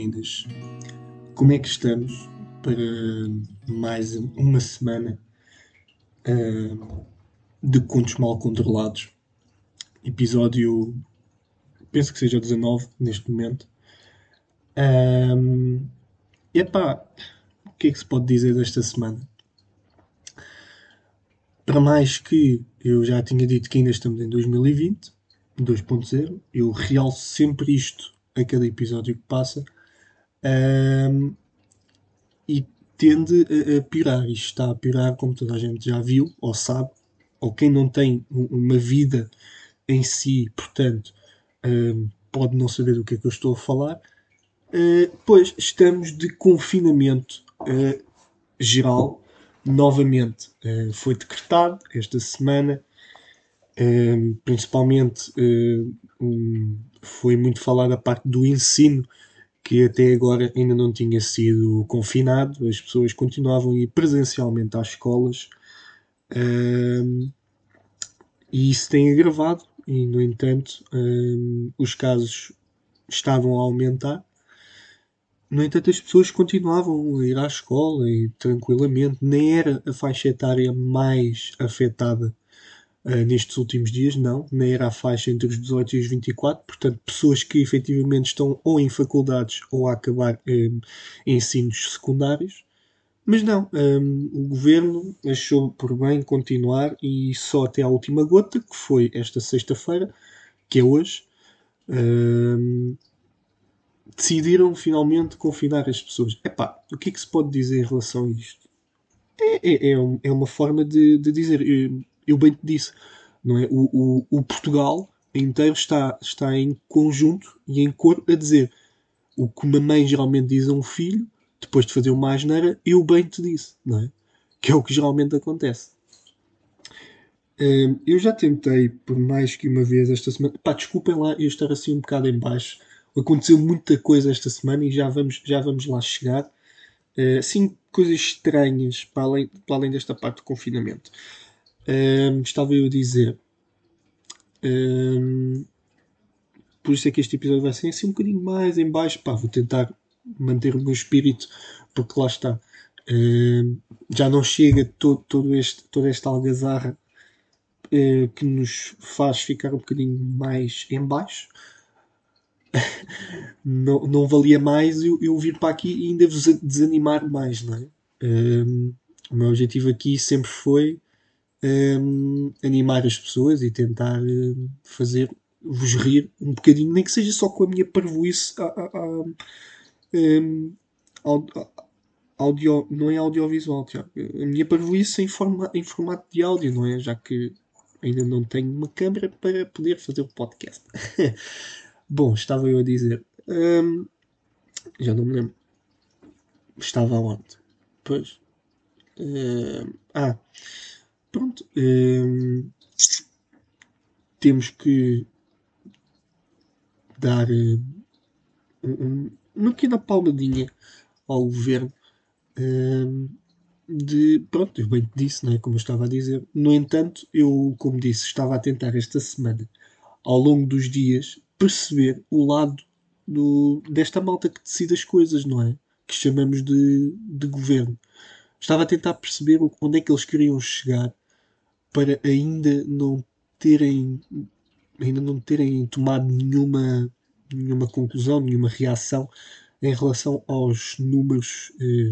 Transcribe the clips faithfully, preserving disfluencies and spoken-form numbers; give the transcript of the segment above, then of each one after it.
meninas, como é que estamos para mais uma semana uh, de contos mal controlados? Episódio, penso que seja o dezanove neste momento. Um, epá, o que é que se pode dizer desta semana? Para mais que eu já tinha dito que ainda estamos em dois mil e vinte, dois ponto zero, eu realço sempre isto a cada episódio que passa. Um, e tende a, a piorar. Isto está a piorar, como toda a gente já viu, ou sabe, ou quem não tem uma vida em si, portanto, um, pode não saber do que é que eu estou a falar. Uh, pois estamos de confinamento uh, geral, novamente. Uh, foi decretado esta semana, uh, principalmente uh, um, foi muito falada a parte do ensino, que até agora ainda não tinha sido confinado, as pessoas continuavam a ir presencialmente às escolas, um, e isso tem agravado, e no entanto um, os casos estavam a aumentar. No entanto, as pessoas continuavam a ir à escola e tranquilamente, nem era a faixa etária mais afetada Uh, nestes últimos dias, não, nem era a faixa entre os dezoito e os vinte e quatro, portanto, pessoas que efetivamente estão ou em faculdades ou a acabar um, ensinos secundários. Mas não, um, o governo achou por bem continuar e só até à última gota, que foi esta sexta-feira, que é hoje, um, decidiram finalmente confinar as pessoas. Epá, o que é que se pode dizer em relação a isto? É, é, é, um, é uma forma de, de dizer, eu, eu bem te disse, não é? O, o, o Portugal inteiro está, está em conjunto e em cor a dizer o que uma mãe geralmente diz a um filho, depois de fazer uma asneira, eu bem te disse, não é? Que é o que geralmente acontece. Hum, eu já tentei por mais que uma vez esta semana. Pá, desculpem lá eu estar assim um bocado em baixo. Aconteceu muita coisa esta semana e já vamos, já vamos lá chegar. Uh, assim, coisas estranhas para além, para além desta parte do confinamento. Um, estava eu a dizer. Um, por isso é que este episódio vai ser assim um bocadinho mais em baixo. Pá, vou tentar manter o meu espírito, porque lá está. Um, já não chega todo, todo este, toda esta algazarra uh, que nos faz ficar um bocadinho mais em baixo. não, não valia mais eu, eu vir para aqui e ainda vos desanimar mais, não é? Um, o meu objetivo aqui sempre foi um, animar as pessoas e tentar um, fazer-vos rir um bocadinho, nem que seja só com a minha parvoíce a, a, a, um, audio, não é audiovisual, Tiago. A minha parvoíce em, forma, em formato de áudio, não é? Já que ainda não tenho uma câmera para poder fazer o podcast. Bom, estava eu a dizer. Um, já não me lembro. Estava onde? Pois. Um, ah, pronto. Um, temos que dar um, um, uma pequena palmadinha ao governo. Um, de, pronto, eu bem te disse, né, como eu estava a dizer. No entanto, eu, como disse, estava a tentar esta semana, ao longo dos dias, perceber o lado do, desta malta que decide as coisas, não é? Que chamamos de, de governo. Estava a tentar perceber onde é que eles queriam chegar para ainda não terem ainda não terem tomado nenhuma, nenhuma conclusão, nenhuma reação em relação aos números eh,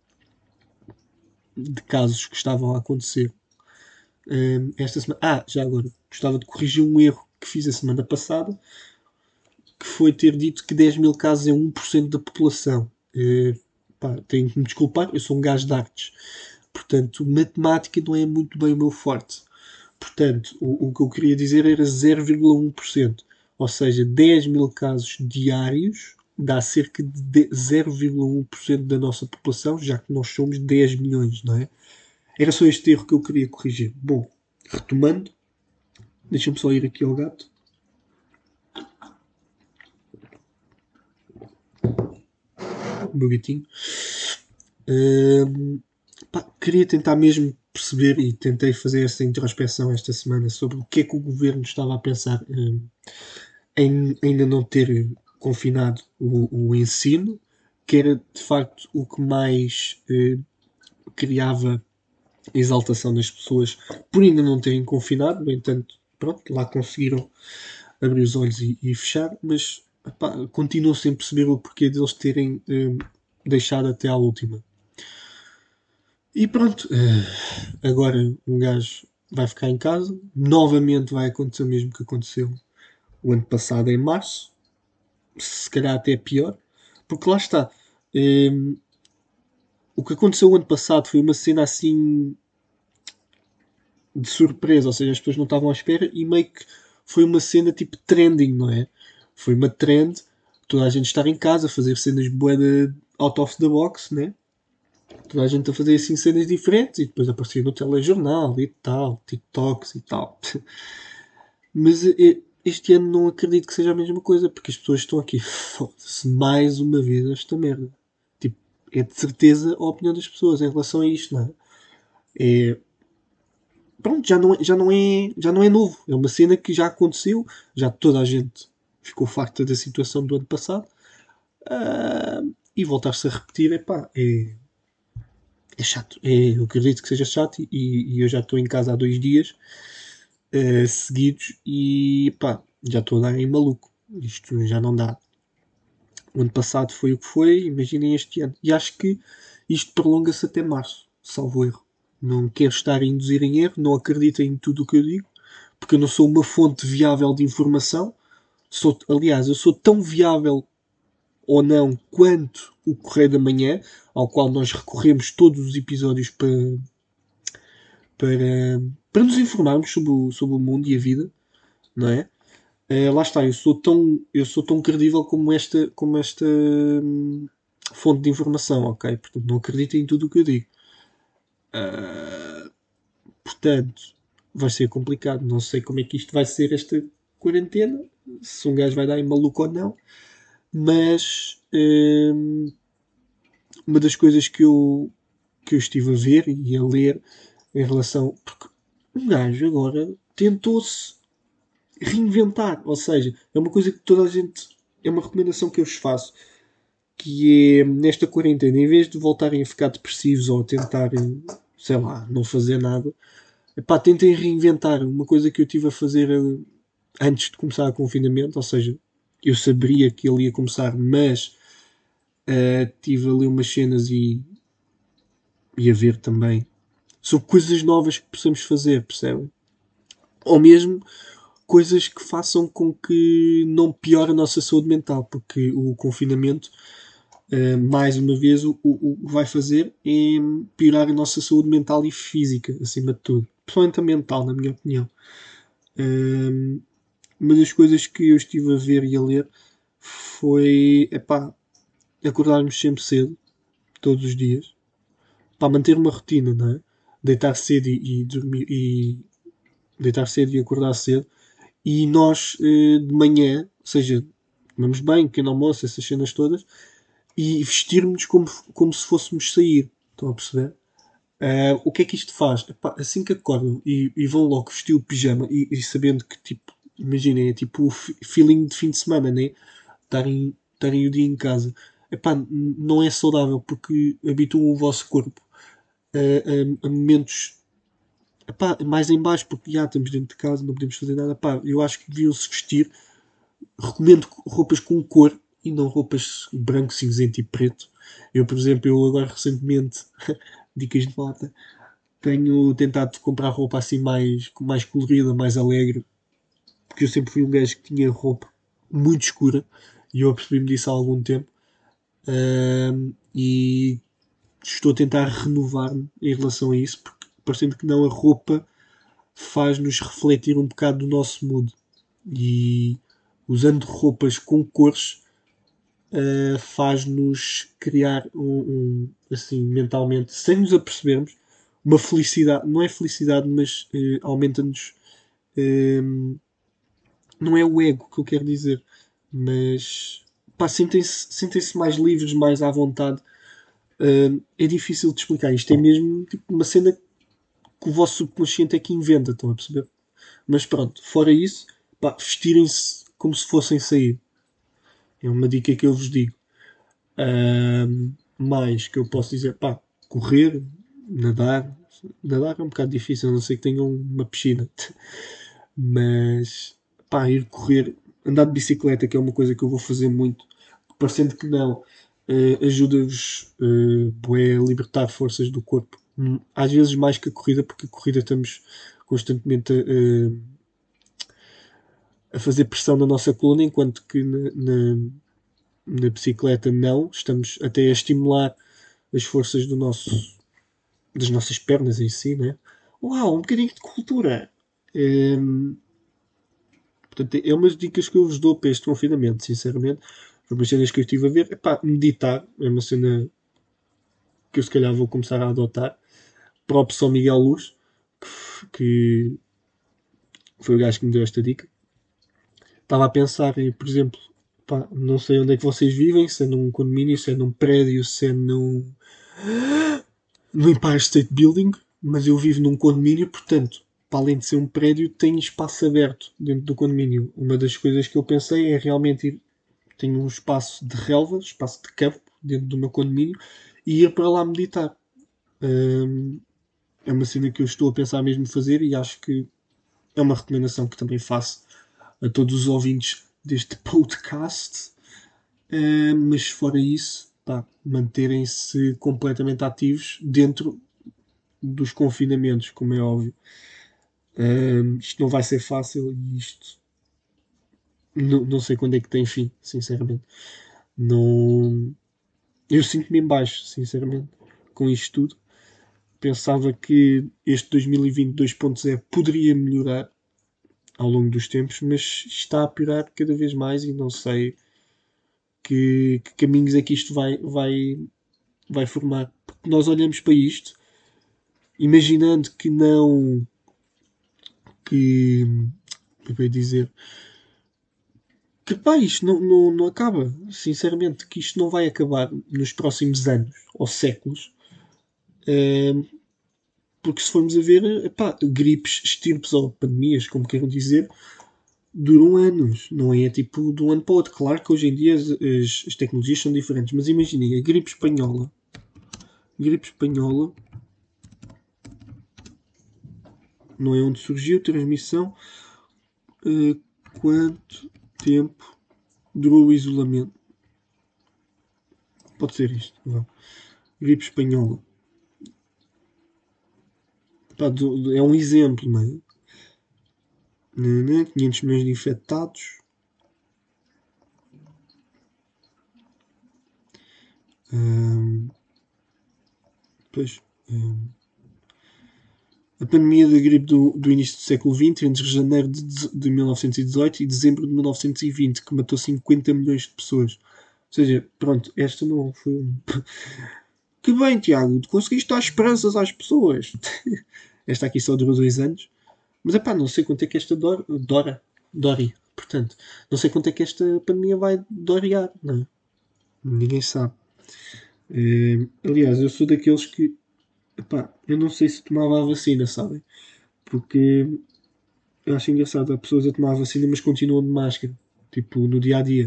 de casos que estavam a acontecer eh, esta semana. Ah, já agora, gostava de corrigir um erro que fiz a semana passada, que foi ter dito que dez mil casos é um por cento da população. Eh, pá, tenho que me desculpar, eu sou um gajo de artes. Portanto, matemática não é muito bem o meu forte. Portanto, o, o que eu queria dizer era zero vírgula um por cento. Ou seja, dez mil casos diários dá cerca de zero vírgula um por cento da nossa população, já que nós somos dez milhões, não é? Era só este erro que eu queria corrigir. Bom, retomando, deixa-me só ir aqui ao gato. O meu gatinho. Hum, pá, queria tentar mesmo perceber e tentei fazer essa introspeção esta semana sobre o que é que o governo estava a pensar hum, em ainda não ter confinado o, o ensino, que era de facto o que mais eh, criava exaltação nas pessoas por ainda não terem confinado. No entanto, pronto, lá conseguiram abrir os olhos e, e fechar, mas epá, continuo sem perceber o porquê deles terem eh, deixado até à última. E pronto, eh, agora um gajo vai ficar em casa, novamente vai acontecer o mesmo que aconteceu o ano passado em março, se calhar até pior, porque lá está. eh, o que aconteceu o ano passado foi uma cena assim de surpresa, ou seja, as pessoas não estavam à espera e meio que foi uma cena tipo trending, não é? Foi uma trend, toda a gente estar em casa, fazer cenas bué de out of the box, né? Toda a gente a fazer assim cenas diferentes e depois aparecia no telejornal e tal, TikToks e tal. Mas eh, este ano não acredito que seja a mesma coisa, porque as pessoas estão aqui, foda-se, mais uma vez esta merda. Tipo, é de certeza a opinião das pessoas em relação a isto, não é? É, pronto, já não, é- já, não é, já não é novo. É uma cena que já aconteceu, já toda a gente ficou farta da situação do ano passado. Ah, e voltar-se a repetir, epá, é, é chato. É, eu acredito que seja chato e, e eu já estou em casa há dois dias eh, seguidos e pá, já estou a dar em maluco. Isto já não dá. O ano passado foi o que foi, imaginem este ano. E acho que isto prolonga-se até março, salvo erro. Não quero estar a induzir em erro, não acredito em tudo o que eu digo, porque eu não sou uma fonte viável de informação. Sou, aliás, eu sou tão viável ou não quanto o Correio da Manhã, ao qual nós recorremos todos os episódios para, para, para nos informarmos sobre o, sobre o mundo e a vida, não é? Eh, lá está, eu sou tão, eu sou tão credível como esta, como esta hum, fonte de informação, ok? Portanto, não acredito em tudo o que eu digo. Ah, portanto, vai ser complicado. Não sei como é que isto vai ser esta quarentena, se um gajo vai dar em maluco ou não, mas hum, uma das coisas que eu, que eu estive a ver e a ler em relação. Porque um gajo agora tentou-se reinventar, ou seja, é uma coisa que toda a gente. É uma recomendação que eu vos faço, que é nesta quarentena, em vez de voltarem a ficar depressivos ou a tentarem, sei lá, não fazer nada, epá, tentem reinventar. Uma coisa que eu estive a fazer eh, antes de começar o confinamento, ou seja, eu saberia que ele ia começar, mas eh, tive ali umas cenas e, e a ver também sobre coisas novas que possamos fazer, percebem? Ou mesmo coisas que façam com que não piore a nossa saúde mental, porque o confinamento, uh, mais uma vez, o, o, o que vai fazer é piorar a nossa saúde mental e física, acima de tudo. Principalmente a mental, na minha opinião. Um, uma das coisas que eu estive a ver e a ler foi, epá, acordarmos sempre cedo, todos os dias, para manter uma rotina, não é? Deitar cedo e, e dormir e deitar cedo e acordar cedo. E nós eh, de manhã, ou seja, tomamos bem, pequeno almoço, essas cenas todas, e vestirmos como, como se fôssemos sair. Estão a perceber? Ah, o que é que isto faz? Epá, assim que acordam e, e vão logo vestir o pijama e, e sabendo que, tipo, imaginem, é tipo o feeling de fim de semana, né? Estarem, estarem o dia em casa. Epá, n- não é saudável porque habituam o vosso corpo a, a- a momentos epá, mais em baixo, porque já estamos dentro de casa, não podemos fazer nada. Epá, eu acho que deviam-se vestir. Recomendo roupas com cor e não roupas branco, cinzento e preto. Eu, por exemplo, eu agora recentemente, dicas de malta, tenho tentado comprar roupa assim mais, mais colorida, mais alegre, porque eu sempre fui um gajo que tinha roupa muito escura e eu apercebi-me disso há algum tempo. Ahm, e estou a tentar renovar-me em relação a isso, porque parecendo que não, a roupa faz-nos refletir um bocado do nosso mood. E usando roupas com cores uh, faz-nos criar um, um, assim, mentalmente, sem nos apercebermos, uma felicidade, não é felicidade, mas uh, aumenta-nos, um, não é o ego que eu quero dizer, mas pá, sentem-se, sentem-se mais livres, mais à vontade. Uh, é difícil de explicar. Isto é mesmo tipo, uma cena que o vosso subconsciente é que inventa, estão a perceber? Mas pronto, fora isso, pá, vestirem-se como se fossem sair. É uma dica que eu vos digo. Ahm, mais que eu posso dizer, pá, correr, nadar. Nadar é um bocado difícil, a não ser que tenham uma piscina. Mas, pá, ir correr, andar de bicicleta, que é uma coisa que eu vou fazer muito, parecendo que não, eh, ajuda-vos eh, bué, a libertar forças do corpo. Hum, Às vezes mais que a corrida, porque a corrida estamos constantemente a, a fazer pressão na nossa coluna, enquanto que na, na, na bicicleta não, estamos até a estimular as forças do nosso, das nossas pernas em si, né? Uau, um bocadinho de cultura! Hum, Portanto, é umas dicas que eu vos dou para este confinamento, sinceramente. Foi umas cenas que eu estive a ver. Epá, meditar é uma cena que eu se calhar vou começar a adotar. Próprio São Miguel Luz, que, que foi o gajo que me deu esta dica. Estava a pensar em, por exemplo, pá, não sei onde é que vocês vivem, se é num condomínio, se é num prédio, se é num, no Empire State Building, mas eu vivo num condomínio, portanto, para além de ser um prédio, tem espaço aberto dentro do condomínio. Uma das coisas que eu pensei é realmente ir. Tenho um espaço de relva, espaço de campo, dentro do meu condomínio, e ir para lá meditar. Hum, é uma cena que eu estou a pensar mesmo fazer e acho que é uma recomendação que também faço a todos os ouvintes deste podcast. Hum, mas fora isso, pá, manterem-se completamente ativos dentro dos confinamentos, como é óbvio. Hum, isto não vai ser fácil e isto não, não sei quando é que tem fim, sinceramente. Não, eu sinto-me em baixo, sinceramente, com isto tudo. Pensava que este dois mil e vinte dois ponto zero poderia melhorar ao longo dos tempos, mas está a piorar cada vez mais e não sei que, que caminhos é que isto vai, vai, vai formar. Porque nós olhamos para isto, imaginando que não. Que. Como é dizer? Que pá, isto não, não, não acaba. Sinceramente, que isto não vai acabar nos próximos anos ou séculos. Eh, Porque se formos a ver, epá, gripes, estirpes ou pandemias, como queiram dizer, duram anos, não é tipo de um ano para o outro. Claro que hoje em dia as, as, as tecnologias são diferentes, mas imaginem, a gripe espanhola, gripe espanhola, não é onde surgiu, transmissão, uh, quanto tempo durou o isolamento? Pode ser isto, vá. Gripe espanhola. Pá, do- é um exemplo, não é? quinhentos milhões de infectados. Hum, pois. hum, A pandemia da gripe do, do início do século vinte, entre janeiro de, de mil novecentos e dezoito e dezembro de mil novecentos e vinte, que matou cinquenta milhões de pessoas. Ou seja, pronto, esta não foi um. Que bem, Tiago, tu conseguiste dar esperanças às pessoas. Esta aqui só durou dois anos. Mas é pá, não sei quanto é que esta Dora. Dora. Dori. Portanto, não sei quanto é que esta pandemia vai dorear, não é? Ninguém sabe. Eh, aliás, eu sou daqueles que. Epá, eu não sei se tomava a vacina, sabem? Porque eu acho engraçado, há pessoas a tomar a vacina, mas continuam de máscara. Tipo, no dia a dia.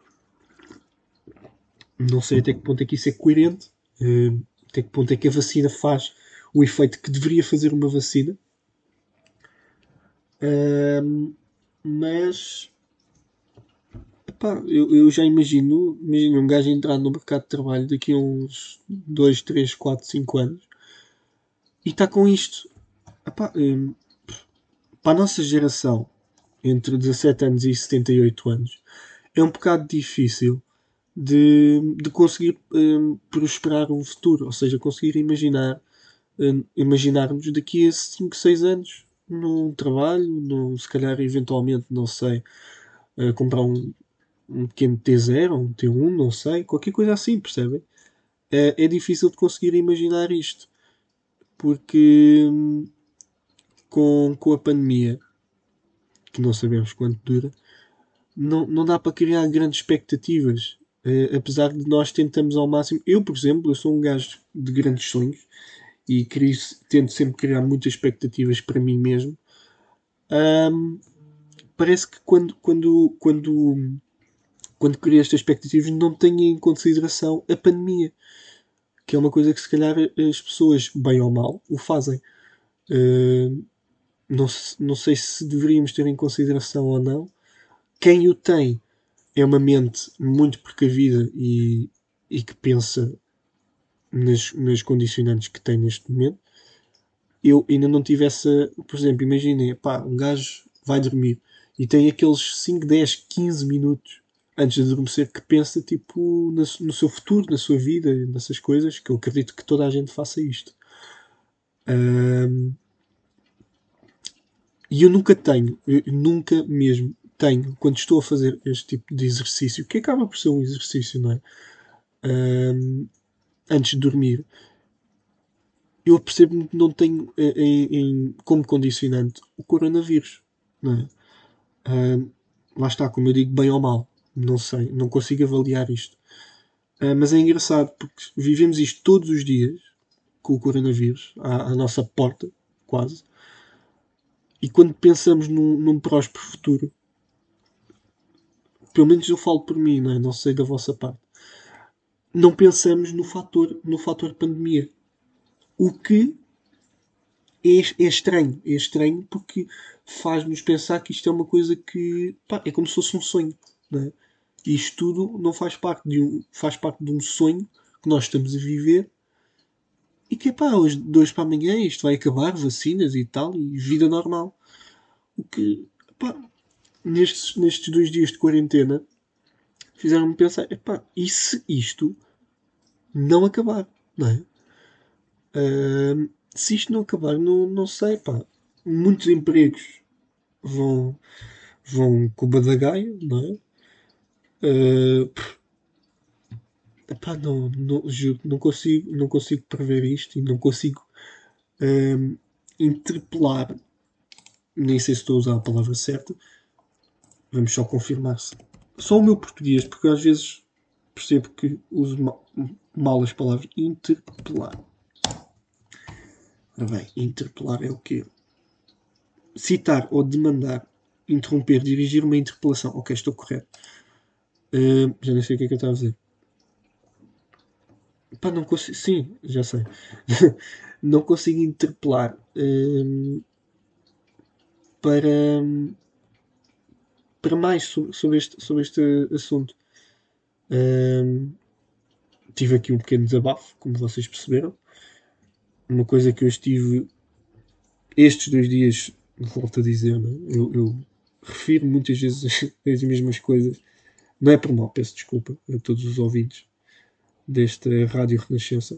Não sei até que ponto é que isso é coerente. eh, até que ponto é que a vacina faz o efeito que deveria fazer uma vacina. Ahm, mas, pá, eu, eu já imagino, imagino um gajo entrar no mercado de trabalho daqui a uns dois três quatro cinco anos e está com isto. Epá, hum, para a nossa geração, entre dezassete anos e setenta e oito anos, é um bocado difícil de, de conseguir hum, prosperar um futuro, ou seja, conseguir imaginar, hum, imaginar-nos daqui a cinco seis anos num trabalho, num, se calhar eventualmente, não sei, eh, comprar um, um pequeno T zero, um T um, não sei, qualquer coisa assim, percebem? É, é difícil de conseguir imaginar isto, porque hum, com, com a pandemia, que não sabemos quanto dura, não, não dá para criar grandes expectativas. Eh, apesar de nós tentamos ao máximo. Eu, por exemplo, eu sou um gajo de grandes sonhos e crio, tento sempre criar muitas expectativas para mim mesmo. Ahm, Parece que quando, quando, quando, quando cria estas expectativas, não tenha em consideração a pandemia, que é uma coisa que se calhar as pessoas, bem ou mal, o fazem. Uh, não, se- não sei se deveríamos ter em consideração ou não. Quem o tem é uma mente muito precavida e, e que pensa nas, nas condicionantes que tem neste momento. Eu ainda não tive essa. Por exemplo, imaginem, pá, um gajo vai dormir e tem aqueles cinco, dez, quinze minutos antes de adormecer que pensa tipo no, no seu futuro, na sua vida, nessas coisas, que eu acredito que toda a gente faça isto. Ahm, e eu nunca tenho, eu nunca mesmo tenho, quando estou a fazer este tipo de exercício, que acaba por ser um exercício, não é? Ahm, antes de dormir, eu percebo que não tenho eh, em, em- como condicionante o coronavírus, não é? Ahm, lá está, como eu digo, bem ou mal, não sei, não consigo avaliar isto. Ah, mas é engraçado porque vivemos isto todos os dias com o coronavírus à, à nossa porta, quase. E quando pensamos num, num próspero futuro, pelo menos eu falo por mim, não é? Não sei da vossa parte, não pensamos no fator, no fator pandemia. O que é, é estranho. É estranho porque faz-nos pensar que isto é uma coisa que pá, é como se fosse um sonho. Não é? E isto tudo não faz parte, de um, faz parte de um sonho que nós estamos a viver e que, pá, hoje, de hoje para amanhã isto vai acabar, vacinas e tal, e vida normal. O que, pá, nestes, nestes dois dias de quarentena fizeram-me pensar, epá, e se isto não acabar, não é? Ahm, se isto não acabar, não, não sei, pá. Muitos empregos vão, vão com o badagaio, não é? Ah, epá, não, não, juro, não consigo, não consigo prever isto e não consigo ahm, interpelar, nem sei se estou a usar a palavra certa, vamos só confirmar se. Só o meu português, porque às vezes percebo que uso mal, mal as palavras interpelar. Ora bem, interpelar é o quê? Citar ou demandar, interromper, dirigir uma interpelação. Ok, estou correto. Uh, já nem sei o que é que eu estava a dizer. Pá, não consigo. Sim, já sei. não consigo interpelar uh, para, para mais sobre este, sobre este assunto. Uh, tive aqui um pequeno desabafo, como vocês perceberam. Uma coisa que eu estive estes dois dias, volto a dizer, né? eu, eu refiro muitas vezes as mesmas coisas. Não é por mal, peço desculpa a todos os ouvintes desta Rádio Renascença,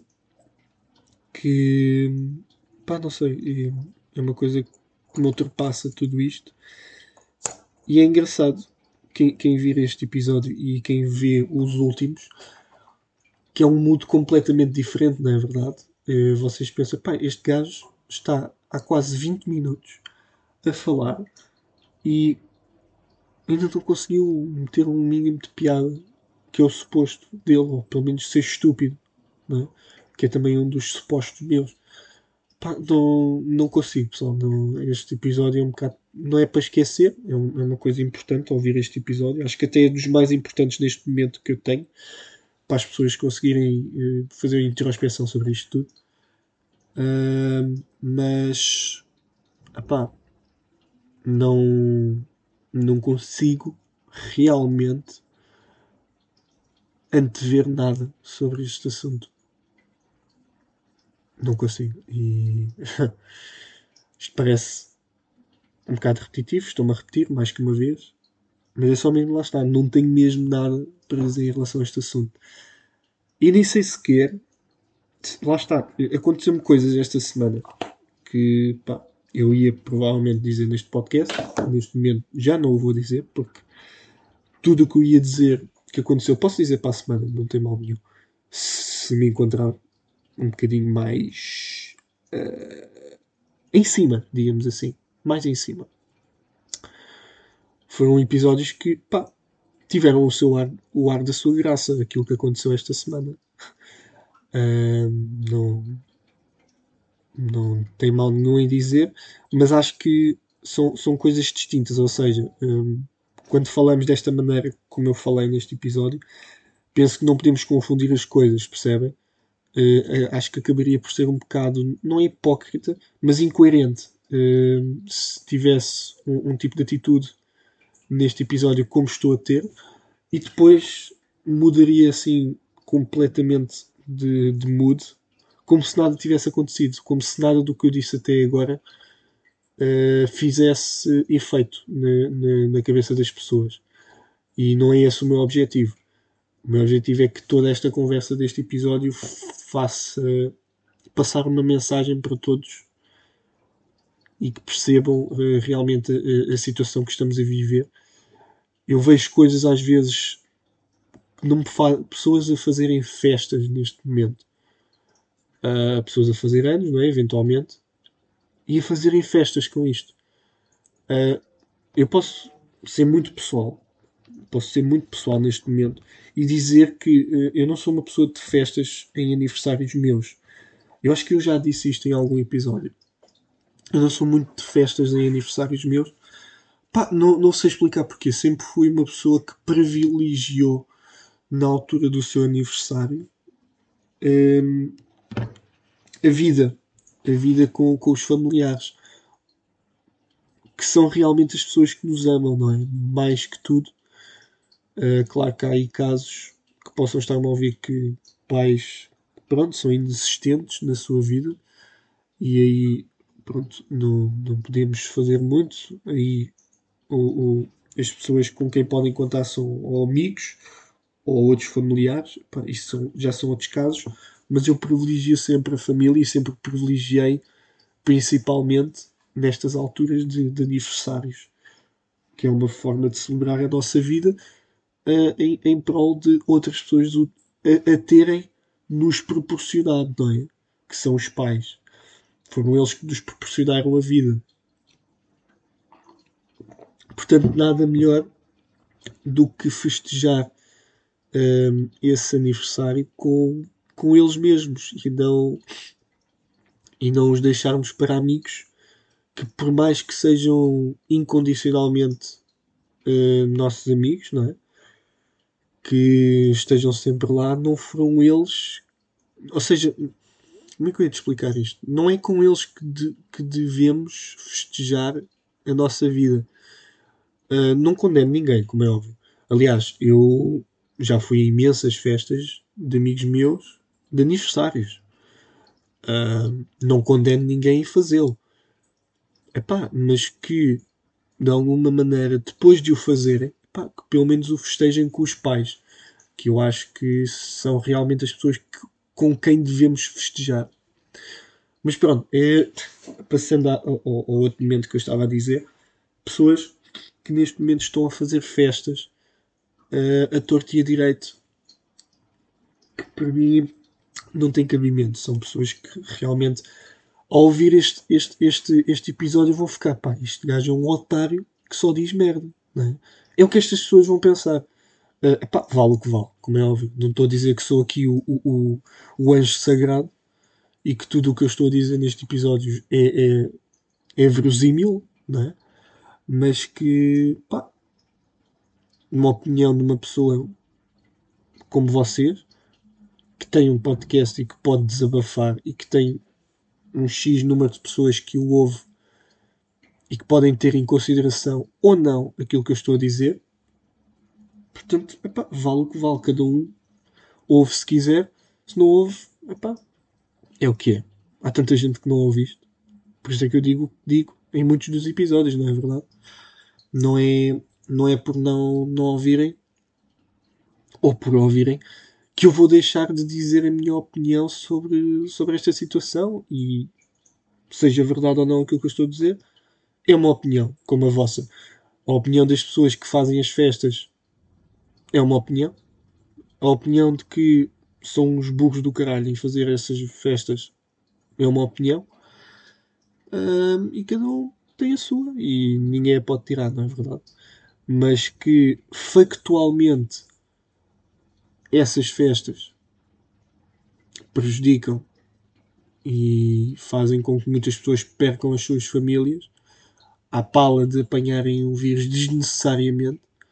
que, pá, não sei, é, é uma coisa que me ultrapassa tudo isto. E é engraçado quem, quem vir este episódio e quem vê os últimos, que é um mood completamente diferente, não é verdade? Eh, vocês pensam, pá, este gajo está há quase vinte minutos a falar e ainda não conseguiu meter um mínimo de piada que é o suposto dele, ou pelo menos ser estúpido, não é? Que é também um dos supostos meus. Pá, não, não consigo, pessoal. Não, este episódio é um bocado. Não é para esquecer, é, um- é uma coisa importante ouvir este episódio. Acho que até é dos mais importantes neste momento que eu tenho, para as pessoas conseguirem eh, fazer uma introspeção sobre isto tudo. Ahm, mas, epá, não, não consigo realmente antever nada sobre este assunto. Não consigo. E isto parece um bocado repetitivo, estou-me a repetir mais que uma vez, mas é só mesmo lá está, não tenho mesmo nada para dizer em relação a este assunto. E nem sei sequer, lá está, aconteceu-me coisas esta semana que pá, eu ia provavelmente dizer neste podcast, neste momento já não o vou dizer, porque tudo o que eu ia dizer que aconteceu, posso dizer para a semana, não tem mal nenhum. Se me encontrar um bocadinho mais uh, em cima, digamos assim, mais em cima. Foram episódios que, pá, tiveram o seu ar, o ar da sua graça, aquilo que aconteceu esta semana. Ahm, não, não tem mal nenhum em dizer, mas acho que são, são coisas distintas, ou seja, ahm, quando falamos desta maneira, como eu falei neste episódio, penso que não podemos confundir as coisas, percebem? Uh, acho que acabaria por ser um bocado, não é hipócrita, mas incoerente. Uh, se tivesse um, um tipo de atitude neste episódio como estou a ter, e depois mudaria assim completamente de, de mood, como se nada tivesse acontecido, como se nada do que eu disse até agora uh, fizesse efeito na, na, na cabeça das pessoas. E não é esse o meu objetivo. O meu objetivo é que toda esta conversa deste episódio faça passar uma mensagem para todos e que percebam uh, realmente a, a situação que estamos a viver. Eu vejo coisas às vezes que não me fa... pessoas a fazerem festas neste momento, uh, pessoas a fazer anos, não é? Eventualmente, e a fazerem festas com isto. Uh, eu posso ser muito pessoal, posso ser muito pessoal neste momento e dizer que uh, eu não sou uma pessoa de festas em aniversários meus. Eu acho que eu já disse isto em algum episódio. Eu não sou muito de festas em aniversários meus. Pá, não, não sei explicar porquê. Sempre fui uma pessoa que privilegiou, na altura do seu aniversário, hum, a vida. A vida com, com os familiares. Que são realmente as pessoas que nos amam, não é? Mais que tudo. Uh, claro que há aí casos que possam estar-me a ouvir que pais, pronto, são inexistentes na sua vida. E aí, pronto, não, não podemos fazer muito. Aí o, o, as pessoas com quem podem contar são ou amigos ou outros familiares. Pá, isso são, já são outros casos, mas eu privilegio sempre a família e sempre privilegiei, principalmente nestas alturas de, de aniversários, que é uma forma de celebrar a nossa vida uh, em, em prol de outras pessoas a, a terem nos proporcionado, não é? Que são os pais. Foram eles que nos proporcionaram a vida. Portanto, nada melhor do que festejar um, esse aniversário com, com eles mesmos e não, e não os deixarmos para amigos que, por mais que sejam incondicionalmente uh, nossos amigos, não é? Que estejam sempre lá, não foram eles. Ou seja, como é que eu ia te explicar isto? Não é com eles que, de, que devemos festejar a nossa vida. Uh, não condeno ninguém, como é óbvio. Aliás, eu já fui a imensas festas de amigos meus de aniversários. Uh, não condeno ninguém a fazê-lo. Epá, mas que, de alguma maneira, depois de o fazerem, epá, que pelo menos o festejem com os pais. Que eu acho que são realmente as pessoas que, com quem devemos festejar. Mas pronto, é, passando ao, ao, ao outro momento que eu estava a dizer, pessoas que neste momento estão a fazer festas uh, a torto e a direito, que para mim não tem cabimento. São pessoas que realmente, ao ouvir este, este, este, este episódio, vão ficar, pá, este gajo é um otário que só diz merda. Não é? É o que estas pessoas vão pensar. Uh, epá, vale o que vale, como é óbvio. Não estou a dizer que sou aqui o, o, o, o anjo sagrado e que tudo o que eu estou a dizer neste episódio é, é, é verosímil, não é? Mas que, pá, uma opinião de uma pessoa como vocês, que tem um podcast e que pode desabafar e que tem um X número de pessoas que o ouve e que podem ter em consideração ou não aquilo que eu estou a dizer. Portanto, epá, vale o que vale. Cada um ouve se quiser. Se não ouve, epá, é o que é. Há tanta gente que não ouve isto. Por isso é que eu digo, digo em muitos dos episódios, não é verdade? Não é, não é por não, não ouvirem ou por ouvirem que eu vou deixar de dizer a minha opinião sobre, sobre esta situação e seja verdade ou não aquilo que eu estou a dizer, é uma opinião, como a vossa. A opinião das pessoas que fazem as festas é uma opinião. A opinião de que são os burros do caralho em fazer essas festas é uma opinião. Hum, e cada um tem a sua e ninguém a pode tirar, não é verdade? Mas que factualmente essas festas prejudicam e fazem com que muitas pessoas percam as suas famílias à pala de apanharem o vírus desnecessariamente.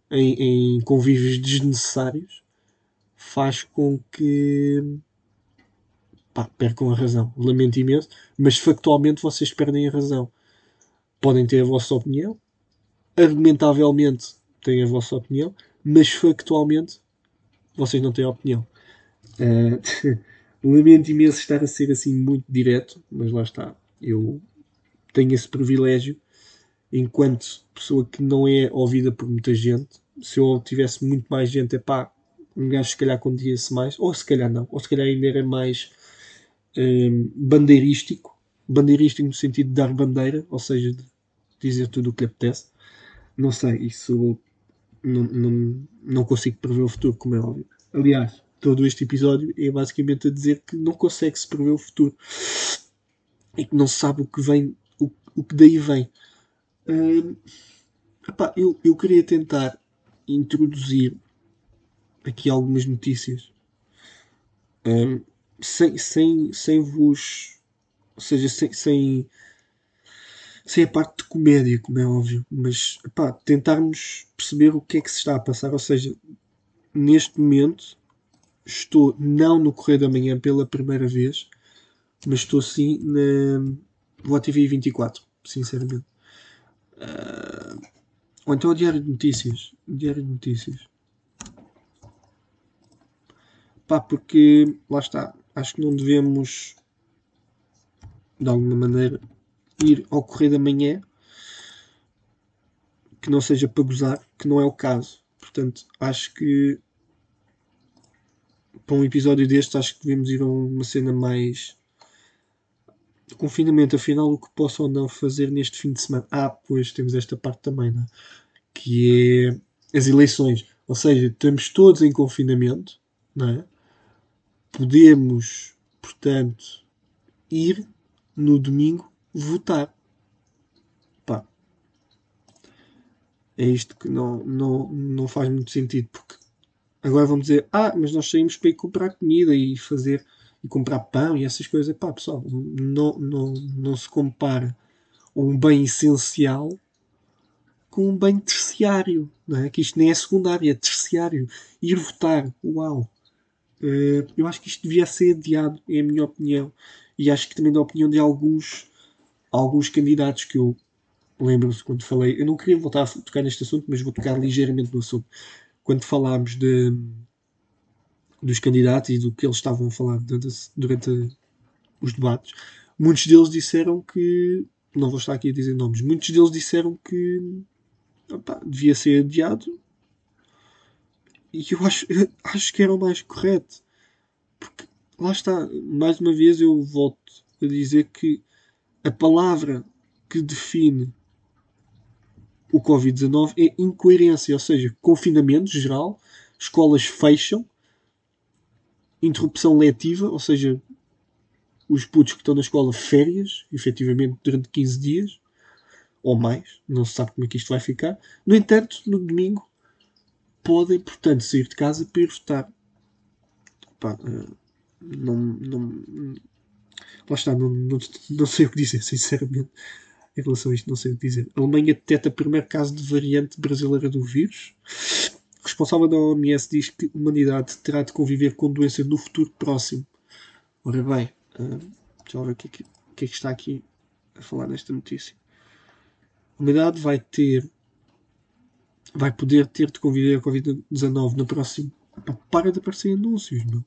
em, em convívios desnecessários, faz com que pá, percam a razão. Lamento imenso, mas factualmente vocês perdem a razão. Podem ter a vossa opinião, argumentavelmente têm a vossa opinião, mas factualmente vocês não têm opinião. Uh, lamento imenso estar a ser assim muito direto, mas lá está. Eu tenho esse privilégio enquanto pessoa que não é ouvida por muita gente. Se eu tivesse muito mais gente, é pá, um gajo se calhar condia-se mais, ou se calhar não, ou se calhar ainda era mais um, bandeirístico, bandeirístico no sentido de dar bandeira, ou seja, de dizer tudo o que lhe apetece. Não sei, isso não, não, não consigo prever o futuro, como é óbvio. Aliás, todo este episódio é basicamente a dizer que não consegue-se prever o futuro e que não se sabe o que vem, o, o que daí vem. Hum, epá, eu, eu queria tentar introduzir aqui algumas notícias hum, sem, sem, sem vos. Ou seja, sem, sem, sem a parte de comédia, como é óbvio, mas epá, tentarmos perceber o que é que se está a passar. Ou seja, neste momento estou não no Correio da Manhã pela primeira vez, mas estou sim na Voa T V vinte e quatro, sinceramente. Uh, ou então o Diário de Notícias. Diário de Notícias. Pá, porque lá está. Acho que não devemos, de alguma maneira, ir ao Correio da Manhã que não seja para gozar, que não é o caso. Portanto, acho que para um episódio destes, acho que devemos ir a uma cena mais de confinamento. Afinal, o que posso ou não fazer neste fim de semana? Ah, pois temos esta parte também, não é? Que é as eleições. Ou seja, estamos todos em confinamento, não é? Podemos, portanto, ir no domingo votar. Pá, é isto que não, não, não faz muito sentido, porque agora vão dizer, ah, mas nós saímos para ir comprar comida e fazer e comprar pão e essas coisas. Pá, pessoal, não, não, não se compara um bem essencial com um bem terciário, não é? Que isto nem é secundário, é terciário. Ir votar, uau. Uh, eu acho que isto devia ser adiado, é a minha opinião. E acho que também da opinião de alguns, alguns candidatos que eu lembro-se quando falei. Eu não queria voltar a tocar neste assunto, mas vou tocar ligeiramente no assunto. Quando falámos de, dos candidatos e do que eles estavam a falar durante, durante os debates, muitos deles disseram que. Não vou estar aqui a dizer nomes. Muitos deles disseram que opa, devia ser adiado. E eu acho, eu acho que era o mais correto. Porque lá está, mais uma vez eu volto a dizer que a palavra que define o covid dezanove é incoerência, ou seja, confinamento geral, escolas fecham, interrupção letiva, ou seja, os putos que estão na escola férias, efetivamente durante quinze dias, ou mais, não se sabe como é que isto vai ficar. No entanto, no domingo, podem, portanto, sair de casa para ir votar. Pá, não, não, lá está, não, não, não sei o que dizer, sinceramente. Em relação a isto, não sei o que dizer. A Alemanha detecta o primeiro caso de variante brasileira do vírus. O responsável da O M S diz que a humanidade terá de conviver com doença no futuro próximo. Ora bem, uh, deixa eu ver o que, é que, o que é que está aqui a falar nesta notícia. A humanidade vai ter vai poder ter de conviver com a covid dezanove no próximo. Pá, para de aparecer anúncios, meu.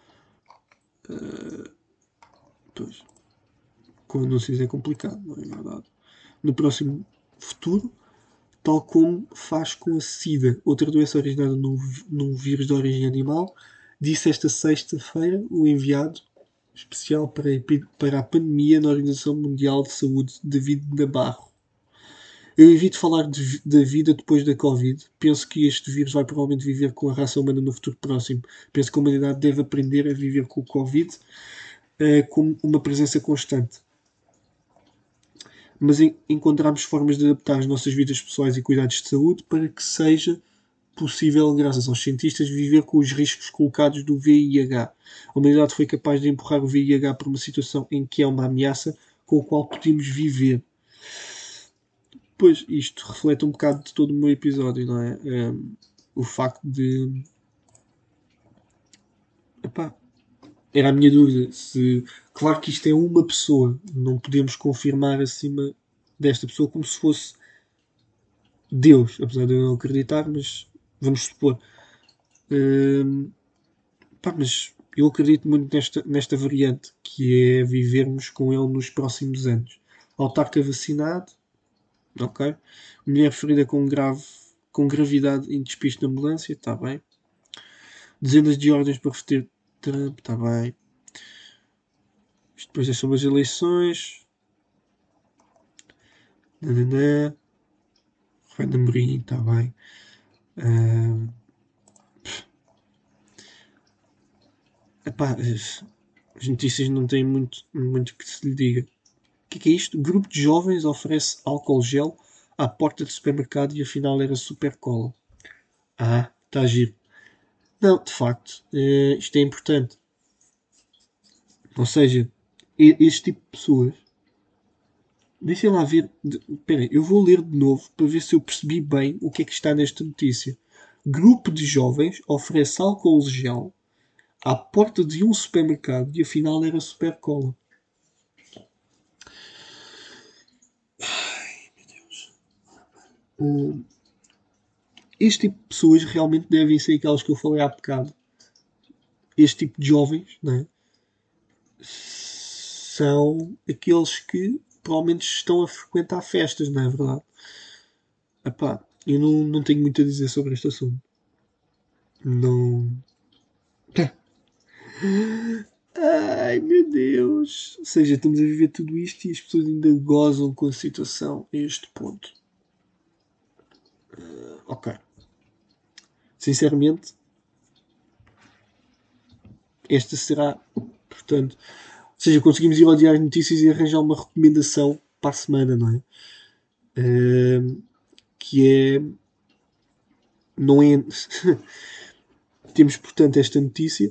Uh, pois. Com anúncios é complicado, não é verdade? No próximo futuro, tal como faz com a SIDA, outra doença originada num, num vírus de origem animal, disse esta sexta-feira o enviado especial para a, para a pandemia na Organização Mundial de Saúde, David Nabarro. Eu evito falar de, da vida depois da Covid. Penso que este vírus vai provavelmente viver com a raça humana no futuro próximo. Penso que a humanidade deve aprender a viver com o Covid uh, como uma presença constante. Mas en- encontramos formas de adaptar as nossas vidas pessoais e cuidados de saúde para que seja possível, graças aos cientistas, viver com os riscos colocados do V I H. A humanidade foi capaz de empurrar o V I H para uma situação em que é uma ameaça com a qual podemos viver. Pois, isto reflete um bocado de todo o meu episódio, não é? Um, o facto de... Epá, era a minha dúvida. Se... Claro que isto é uma pessoa. Não podemos confirmar acima desta pessoa como se fosse Deus. Apesar de eu não acreditar, mas vamos supor. Um, pá, mas eu acredito muito nesta, nesta variante, que é vivermos com ele nos próximos anos. Autarca vacinado, ok. Mulher ferida com grave com gravidade em despiste de ambulância, está bem. Dezenas de ordens para reter Trump, está bem. Isto depois é sobre as eleições. Nananã. Rui Amorim, está bem. Uh, epá, as, as notícias não têm muito, muito que se lhe diga. O que é, que é isto? Grupo de jovens oferece álcool gel à porta do supermercado e afinal era super cola. Ah, está a giro. Não, de facto, uh, isto é importante. Ou seja, este tipo de pessoas. Deixem lá ver. Espera aí, eu vou ler de novo para ver se eu percebi bem o que é que está nesta notícia. Grupo de jovens oferece álcool gel à porta de um supermercado e afinal era super cola. Ai, meu Deus. Uh, este tipo de pessoas realmente devem ser aquelas que eu falei há bocado. Este tipo de jovens, não é? São aqueles que provavelmente estão a frequentar festas, não é verdade? Epá, eu não, não tenho muito a dizer sobre este assunto. Não. Ai meu Deus! Ou seja, estamos a viver tudo isto e as pessoas ainda gozam com a situação a este ponto. Uh, ok. Sinceramente, esta será, portanto, ou seja, conseguimos ir ao Diário de Notícias e arranjar uma recomendação para a semana, não é? Uh, que é. Não é. Temos, portanto, esta notícia.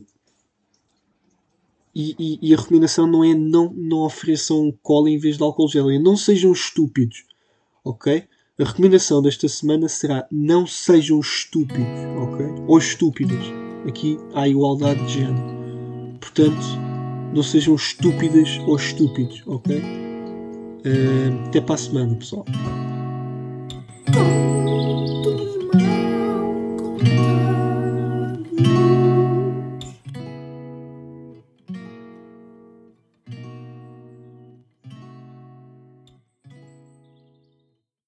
E, e, e, a recomendação não é não, não ofereçam cola em vez de álcool gel. É não sejam estúpidos. Ok? A recomendação desta semana será não sejam estúpidos. Ok? Ou estúpidas. Aqui há igualdade de género. Portanto, não sejam estúpidas ou estúpidos. Ok? Uh, até para a semana, pessoal.